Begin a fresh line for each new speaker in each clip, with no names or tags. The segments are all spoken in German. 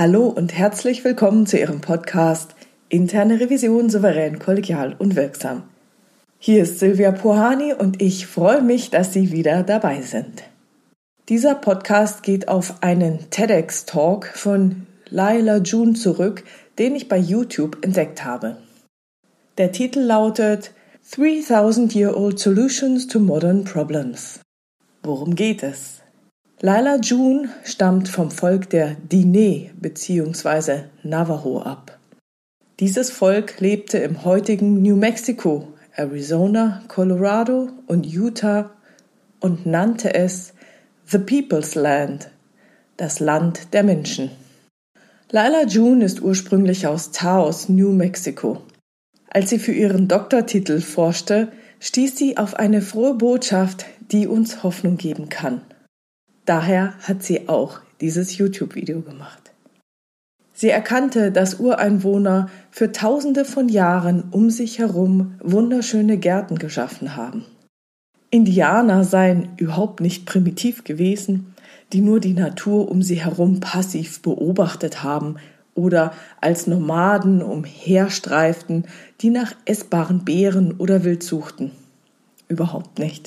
Hallo und herzlich willkommen zu Ihrem Podcast Interne Revision souverän, kollegial und wirksam. Hier ist Silvia Puhani und ich freue mich, dass Sie wieder dabei sind. Dieser Podcast geht auf einen TEDx-Talk von Laila June zurück, den ich bei YouTube entdeckt habe. Der Titel lautet 3000-Year-Old Solutions to Modern Problems. Worum geht es? Laila June stammt vom Volk der Diné bzw. Navajo ab. Dieses Volk lebte im heutigen New Mexico, Arizona, Colorado und Utah und nannte es The People's Land, das Land der Menschen. Laila June ist ursprünglich aus Taos, New Mexico. Als sie für ihren Doktortitel forschte, stieß sie auf eine frohe Botschaft, die uns Hoffnung geben kann. Daher hat sie auch dieses YouTube-Video gemacht. Sie erkannte, dass Ureinwohner für Tausende von Jahren um sich herum wunderschöne Gärten geschaffen haben. Indianer seien überhaupt nicht primitiv gewesen, die nur die Natur um sie herum passiv beobachtet haben oder als Nomaden umherstreiften, die nach essbaren Beeren oder Wild suchten. Überhaupt nicht.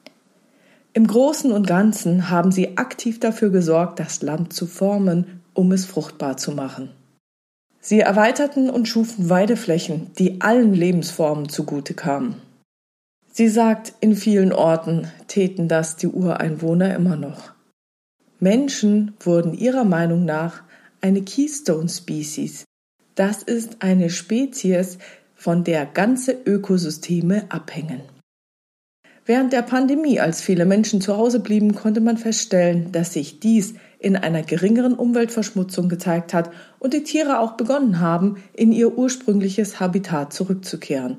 Im Großen und Ganzen haben sie aktiv dafür gesorgt, das Land zu formen, um es fruchtbar zu machen. Sie erweiterten und schufen Weideflächen, die allen Lebensformen zugute kamen. Sie sagt, in vielen Orten täten das die Ureinwohner immer noch. Menschen wurden ihrer Meinung nach eine Keystone Species. Das ist eine Spezies, von der ganze Ökosysteme abhängen. Während der Pandemie, als viele Menschen zu Hause blieben, konnte man feststellen, dass sich dies in einer geringeren Umweltverschmutzung gezeigt hat und die Tiere auch begonnen haben, in ihr ursprüngliches Habitat zurückzukehren.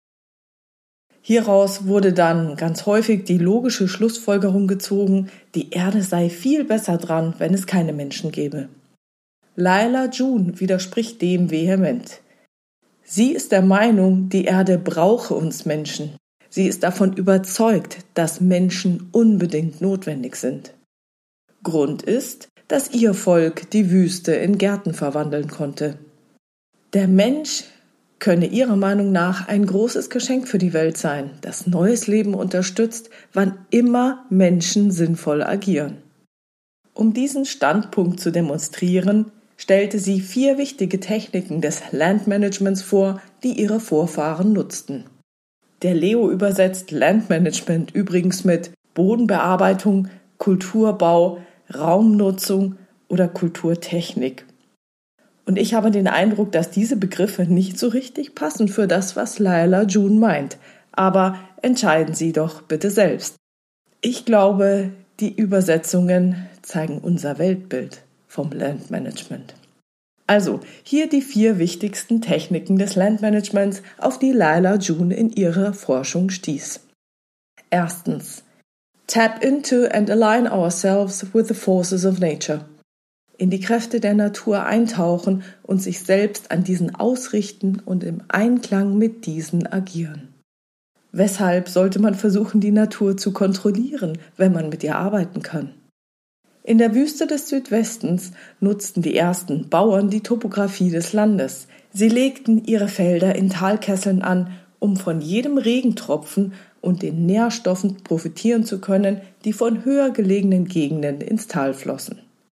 Hieraus wurde dann ganz häufig die logische Schlussfolgerung gezogen, die Erde sei viel besser dran, wenn es keine Menschen gäbe. Laila June widerspricht dem vehement. Sie ist der Meinung, die Erde brauche uns Menschen. Sie ist davon überzeugt, dass Menschen unbedingt notwendig sind. Grund ist, dass ihr Volk die Wüste in Gärten verwandeln konnte. Der Mensch könne ihrer Meinung nach ein großes Geschenk für die Welt sein, das neues Leben unterstützt, wann immer Menschen sinnvoll agieren. Um diesen Standpunkt zu demonstrieren, stellte sie 4 wichtige Techniken des Landmanagements vor, die ihre Vorfahren nutzten. Der Leo übersetzt Landmanagement übrigens mit Bodenbearbeitung, Kulturbau, Raumnutzung oder Kulturtechnik. Und ich habe den Eindruck, dass diese Begriffe nicht so richtig passen für das, was Laila June meint. Aber entscheiden Sie doch bitte selbst. Ich glaube, die Übersetzungen zeigen unser Weltbild vom Landmanagement. Also, hier die 4 wichtigsten Techniken des Landmanagements, auf die Laila June in ihrer Forschung stieß. Erstens. Tap into and align ourselves with the forces of nature. In die Kräfte der Natur eintauchen und sich selbst an diesen ausrichten und im Einklang mit diesen agieren. Weshalb sollte man versuchen, die Natur zu kontrollieren, wenn man mit ihr arbeiten kann? In der Wüste des Südwestens nutzten die ersten Bauern die Topographie des Landes. Sie legten ihre Felder in Talkesseln an, um von jedem Regentropfen und den Nährstoffen profitieren zu können, die von höher gelegenen Gegenden ins Tal flossen.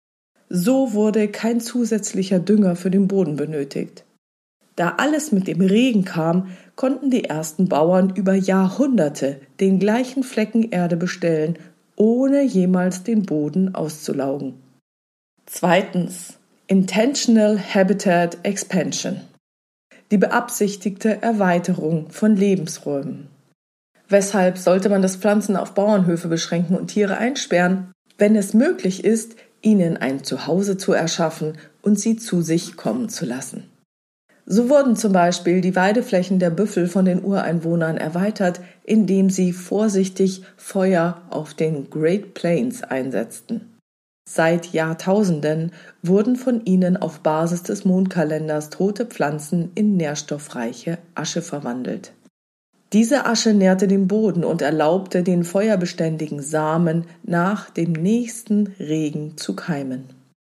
So wurde kein zusätzlicher Dünger für den Boden benötigt. Da alles mit dem Regen kam, konnten die ersten Bauern über Jahrhunderte den gleichen Flecken Erde bestellen, ohne jemals den Boden auszulaugen. Zweitens. Intentional Habitat Expansion. Die beabsichtigte Erweiterung von Lebensräumen. Weshalb sollte man das Pflanzen auf Bauernhöfe beschränken und Tiere einsperren, wenn es möglich ist, ihnen ein Zuhause zu erschaffen und sie zu sich kommen zu lassen? So wurden zum Beispiel die Weideflächen der Büffel von den Ureinwohnern erweitert, indem sie vorsichtig Feuer auf den Great Plains einsetzten. Seit Jahrtausenden wurden von ihnen auf Basis des Mondkalenders tote Pflanzen in nährstoffreiche Asche verwandelt. Diese Asche nährte den Boden und erlaubte den feuerbeständigen Samen nach dem nächsten Regen zu keimen.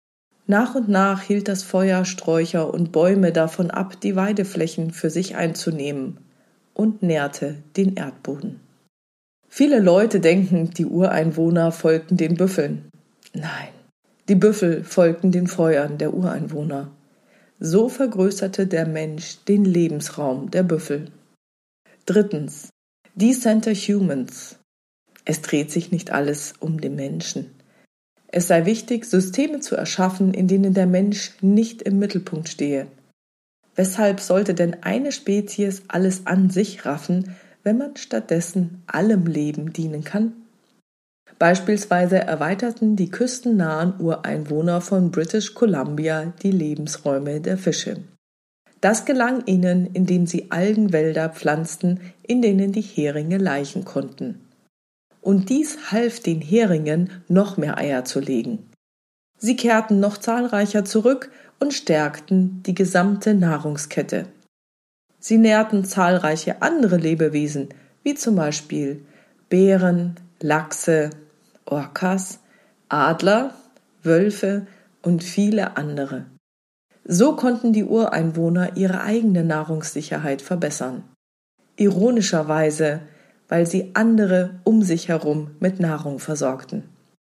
Nach und nach hielt das Feuer Sträucher und Bäume davon ab, die Weideflächen für sich einzunehmen, und nährte den Erdboden. Viele Leute denken, die Ureinwohner folgten den Büffeln. Nein, die Büffel folgten den Feuern der Ureinwohner. So vergrößerte der Mensch den Lebensraum der Büffel. 3. Decenter Humans. Es dreht sich nicht alles um den Menschen. Es sei wichtig, Systeme zu erschaffen, in denen der Mensch nicht im Mittelpunkt stehe. Weshalb sollte denn eine Spezies alles an sich raffen, wenn man stattdessen allem Leben dienen kann? Beispielsweise erweiterten die küstennahen Ureinwohner von British Columbia die Lebensräume der Fische. Das gelang ihnen, indem sie Algenwälder pflanzten, in denen die Heringe laichen konnten. Und dies half den Heringen, noch mehr Eier zu legen. Sie kehrten noch zahlreicher zurück und stärkten die gesamte Nahrungskette. Sie nährten zahlreiche andere Lebewesen, wie zum Beispiel Bären, Lachse, Orcas, Adler, Wölfe und viele andere. So konnten die Ureinwohner ihre eigene Nahrungssicherheit verbessern. Ironischerweise, weil sie andere um sich herum mit Nahrung versorgten.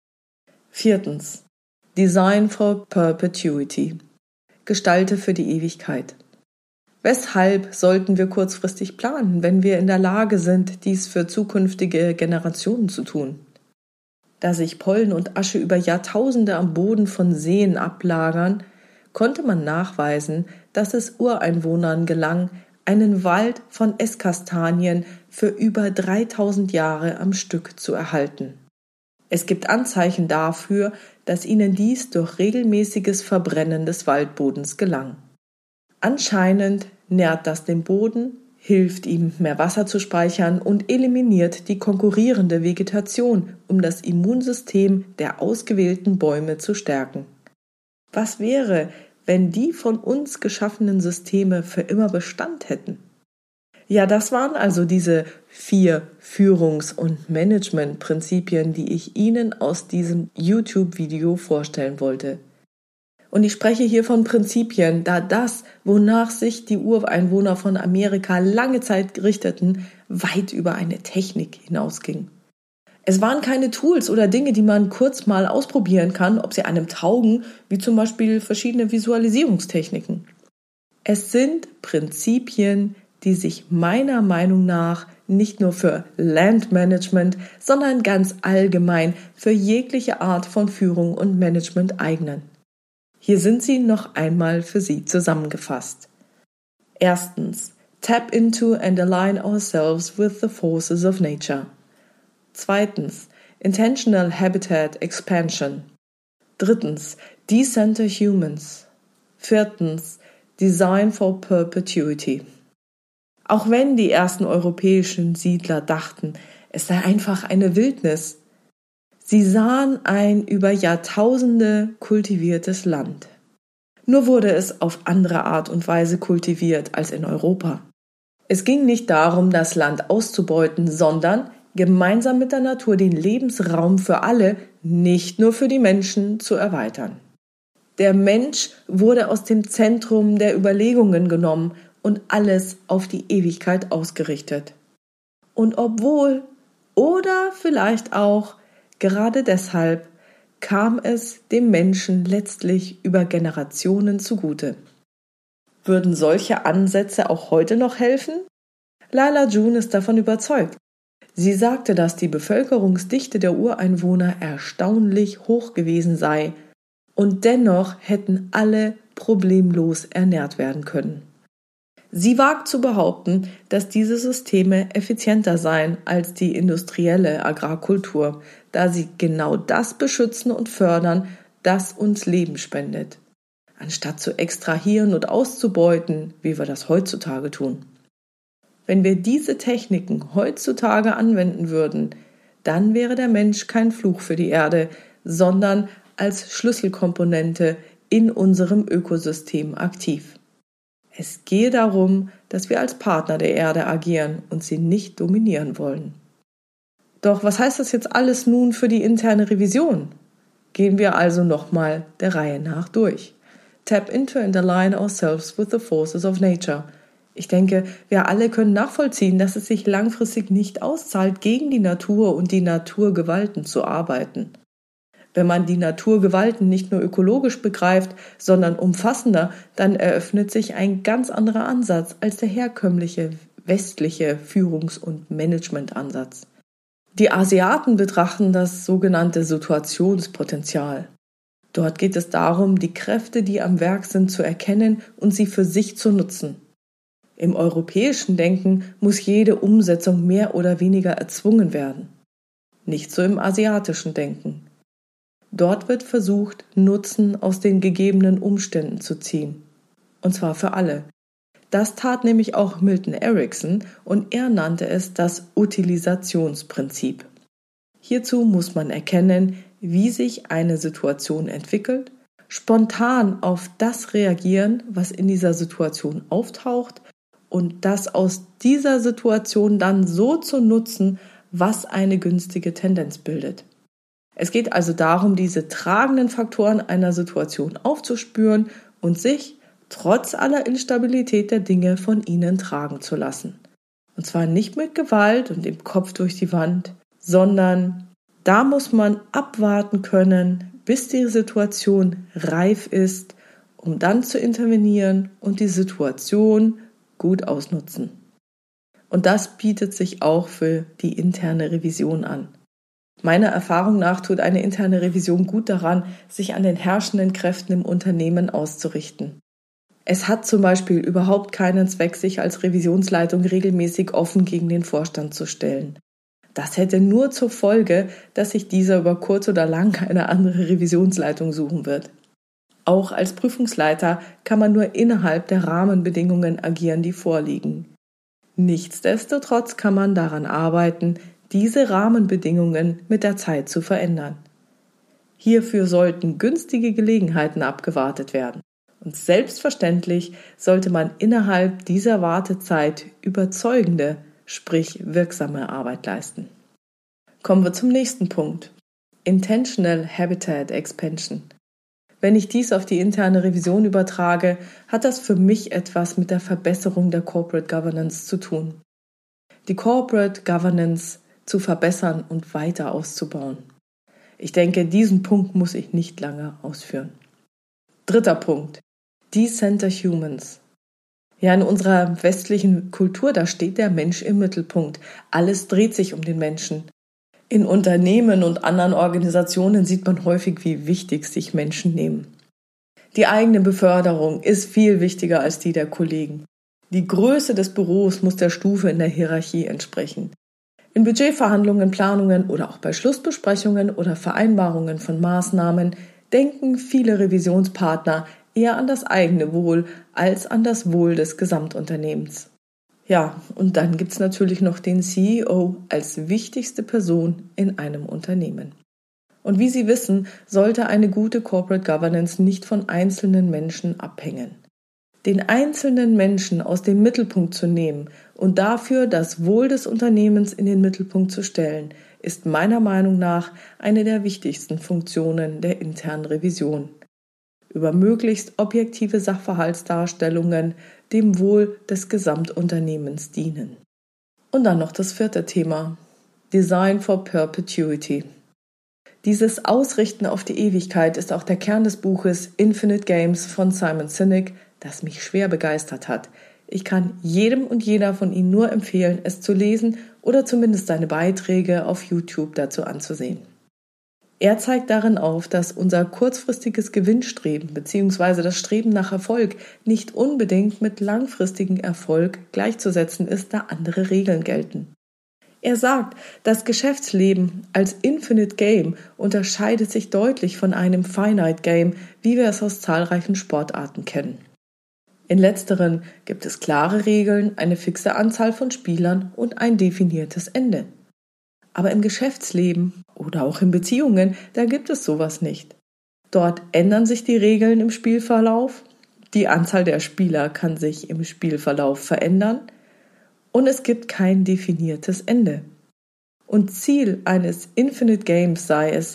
4. Design for Perpetuity. Gestalte für die Ewigkeit. Weshalb sollten wir kurzfristig planen, wenn wir in der Lage sind, dies für zukünftige Generationen zu tun? Da sich Pollen und Asche über Jahrtausende am Boden von Seen ablagern, konnte man nachweisen, dass es Ureinwohnern gelang, einen Wald von Esskastanien für über 3000 Jahre am Stück zu erhalten. Es gibt Anzeichen dafür, dass ihnen dies durch regelmäßiges Verbrennen des Waldbodens gelang. Anscheinend nährt das den Boden, hilft ihm, mehr Wasser zu speichern und eliminiert die konkurrierende Vegetation, um das Immunsystem der ausgewählten Bäume zu stärken. Was wäre, wenn die von uns geschaffenen Systeme für immer Bestand hätten? Ja, das waren also diese 4 Führungs- und Managementprinzipien, die ich Ihnen aus diesem YouTube-Video vorstellen wollte. Und ich spreche hier von Prinzipien, da das, wonach sich die Ureinwohner von Amerika lange Zeit richteten, weit über eine Technik hinausging. Es waren keine Tools oder Dinge, die man kurz mal ausprobieren kann, ob sie einem taugen, wie zum Beispiel verschiedene Visualisierungstechniken. Es sind Prinzipien, die sich meiner Meinung nach nicht nur für Landmanagement, sondern ganz allgemein für jegliche Art von Führung und Management eignen. Hier sind sie noch einmal für Sie zusammengefasst. 1. Tap into and align ourselves with the forces of nature. 2. Intentional Habitat Expansion. 3. Decenter Humans. 4. Design for Perpetuity. Auch wenn die ersten europäischen Siedler dachten, es sei einfach eine Wildnis, sie sahen ein über Jahrtausende kultiviertes Land. Nur wurde es auf andere Art und Weise kultiviert als in Europa. Es ging nicht darum, das Land auszubeuten, sondern gemeinsam mit der Natur den Lebensraum für alle, nicht nur für die Menschen, zu erweitern. Der Mensch wurde aus dem Zentrum der Überlegungen genommen und alles auf die Ewigkeit ausgerichtet. Und obwohl oder vielleicht auch gerade deshalb kam es dem Menschen letztlich über Generationen zugute. Würden solche Ansätze auch heute noch helfen? Laila June ist davon überzeugt. Sie sagte, dass die Bevölkerungsdichte der Ureinwohner erstaunlich hoch gewesen sei und dennoch hätten alle problemlos ernährt werden können. Sie wagt zu behaupten, dass diese Systeme effizienter seien als die industrielle Agrarkultur, da sie genau das beschützen und fördern, das uns Leben spendet, anstatt zu extrahieren und auszubeuten, wie wir das heutzutage tun. Wenn wir diese Techniken heutzutage anwenden würden, dann wäre der Mensch kein Fluch für die Erde, sondern als Schlüsselkomponente in unserem Ökosystem aktiv. Es gehe darum, dass wir als Partner der Erde agieren und sie nicht dominieren wollen. Doch was heißt das jetzt alles nun für die interne Revision? Gehen wir also nochmal der Reihe nach durch. Tap into and align ourselves with the forces of nature. Ich denke, wir alle können nachvollziehen, dass es sich langfristig nicht auszahlt, gegen die Natur und die Naturgewalten zu arbeiten. Wenn man die Naturgewalten nicht nur ökologisch begreift, sondern umfassender, dann eröffnet sich ein ganz anderer Ansatz als der herkömmliche westliche Führungs- und Managementansatz. Die Asiaten betrachten das sogenannte Situationspotenzial. Dort geht es darum, die Kräfte, die am Werk sind, zu erkennen und sie für sich zu nutzen. Im europäischen Denken muss jede Umsetzung mehr oder weniger erzwungen werden. Nicht so im asiatischen Denken. Dort wird versucht, Nutzen aus den gegebenen Umständen zu ziehen. Und zwar für alle. Das tat nämlich auch Milton Erickson und er nannte es das Utilisationsprinzip. Hierzu muss man erkennen, wie sich eine Situation entwickelt, spontan auf das reagieren, was in dieser Situation auftaucht und das aus dieser Situation dann so zu nutzen, was eine günstige Tendenz bildet. Es geht also darum, diese tragenden Faktoren einer Situation aufzuspüren und sich, trotz aller Instabilität der Dinge, von ihnen tragen zu lassen. Und zwar nicht mit Gewalt und dem Kopf durch die Wand, sondern da muss man abwarten können, bis die Situation reif ist, um dann zu intervenieren und die Situation gut ausnutzen. Und das bietet sich auch für die interne Revision an. Meiner Erfahrung nach tut eine interne Revision gut daran, sich an den herrschenden Kräften im Unternehmen auszurichten. Es hat zum Beispiel überhaupt keinen Zweck, sich als Revisionsleitung regelmäßig offen gegen den Vorstand zu stellen. Das hätte nur zur Folge, dass sich dieser über kurz oder lang eine andere Revisionsleitung suchen wird. Auch als Prüfungsleiter kann man nur innerhalb der Rahmenbedingungen agieren, die vorliegen. Nichtsdestotrotz kann man daran arbeiten, diese Rahmenbedingungen mit der Zeit zu verändern. Hierfür sollten günstige Gelegenheiten abgewartet werden. Und selbstverständlich sollte man innerhalb dieser Wartezeit überzeugende, sprich wirksame Arbeit leisten. Kommen wir zum nächsten Punkt. Intentional Habitat Expansion. Wenn ich dies auf die interne Revision übertrage, hat das für mich etwas mit der Verbesserung der Corporate Governance zu tun. Die Corporate Governance zu verbessern und weiter auszubauen. Ich denke, diesen Punkt muss ich nicht lange ausführen. Dritter Punkt. Decenter Humans. Ja, in unserer westlichen Kultur, da steht der Mensch im Mittelpunkt. Alles dreht sich um den Menschen. In Unternehmen und anderen Organisationen sieht man häufig, wie wichtig sich Menschen nehmen. Die eigene Beförderung ist viel wichtiger als die der Kollegen. Die Größe des Büros muss der Stufe in der Hierarchie entsprechen. In Budgetverhandlungen, Planungen oder auch bei Schlussbesprechungen oder Vereinbarungen von Maßnahmen denken viele Revisionspartner eher an das eigene Wohl als an das Wohl des Gesamtunternehmens. Ja, und dann gibt's natürlich noch den CEO als wichtigste Person in einem Unternehmen. Und wie Sie wissen, sollte eine gute Corporate Governance nicht von einzelnen Menschen abhängen. Den einzelnen Menschen aus dem Mittelpunkt zu nehmen und dafür das Wohl des Unternehmens in den Mittelpunkt zu stellen, ist meiner Meinung nach eine der wichtigsten Funktionen der internen Revision. Über möglichst objektive Sachverhaltsdarstellungen dem Wohl des Gesamtunternehmens dienen. Und dann noch das vierte Thema: Design for Perpetuity. Dieses Ausrichten auf die Ewigkeit ist auch der Kern des Buches Infinite Games von Simon Sinek, das mich schwer begeistert hat. Ich kann jedem und jeder von Ihnen nur empfehlen, es zu lesen oder zumindest seine Beiträge auf YouTube dazu anzusehen. Er zeigt darin auf, dass unser kurzfristiges Gewinnstreben bzw. das Streben nach Erfolg nicht unbedingt mit langfristigem Erfolg gleichzusetzen ist, da andere Regeln gelten. Er sagt, das Geschäftsleben als Infinite Game unterscheidet sich deutlich von einem Finite Game, wie wir es aus zahlreichen Sportarten kennen. In letzteren gibt es klare Regeln, eine fixe Anzahl von Spielern und ein definiertes Ende. Aber im Geschäftsleben oder auch in Beziehungen, da gibt es sowas nicht. Dort ändern sich die Regeln im Spielverlauf, die Anzahl der Spieler kann sich im Spielverlauf verändern und es gibt kein definiertes Ende. Und Ziel eines Infinite Games sei es,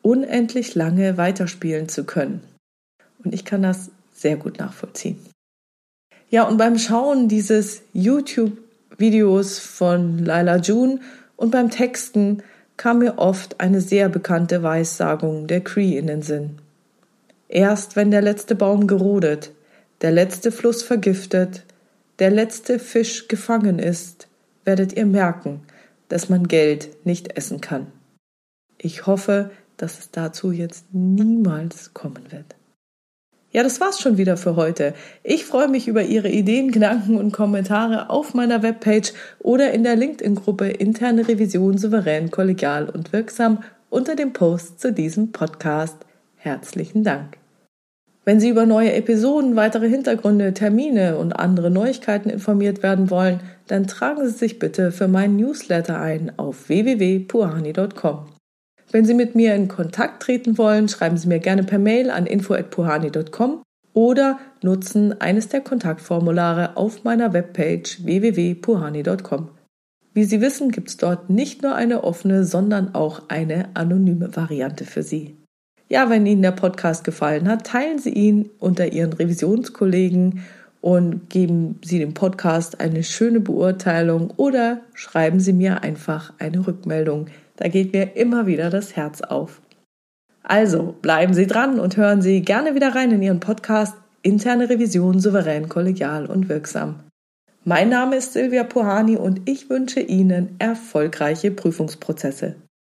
unendlich lange weiterspielen zu können. Und ich kann das sehr gut nachvollziehen. Ja, und beim Schauen dieses YouTube-Videos von Laila June und beim Texten kam mir oft eine sehr bekannte Weissagung der Cree in den Sinn. Erst wenn der letzte Baum gerodet, der letzte Fluss vergiftet, der letzte Fisch gefangen ist, werdet ihr merken, dass man Geld nicht essen kann. Ich hoffe, dass es dazu jetzt niemals kommen wird. Ja, das war's schon wieder für heute. Ich freue mich über Ihre Ideen, Gedanken und Kommentare auf meiner Webpage oder in der LinkedIn-Gruppe Interne Revision souverän, kollegial und wirksam unter dem Post zu diesem Podcast. Herzlichen Dank. Wenn Sie über neue Episoden, weitere Hintergründe, Termine und andere Neuigkeiten informiert werden wollen, dann tragen Sie sich bitte für meinen Newsletter ein auf www.puhani.com. Wenn Sie mit mir in Kontakt treten wollen, schreiben Sie mir gerne per Mail an info@puhani.com oder nutzen eines der Kontaktformulare auf meiner Webpage www.puhani.com. Wie Sie wissen, gibt es dort nicht nur eine offene, sondern auch eine anonyme Variante für Sie. Ja, wenn Ihnen der Podcast gefallen hat, teilen Sie ihn unter Ihren Revisionskollegen und geben Sie dem Podcast eine schöne Beurteilung oder schreiben Sie mir einfach eine Rückmeldung. Da geht mir immer wieder das Herz auf. Also, bleiben Sie dran und hören Sie gerne wieder rein in Ihren Podcast Interne Revision souverän, kollegial und wirksam. Mein Name ist Silvia Puhani und ich wünsche Ihnen erfolgreiche Prüfungsprozesse.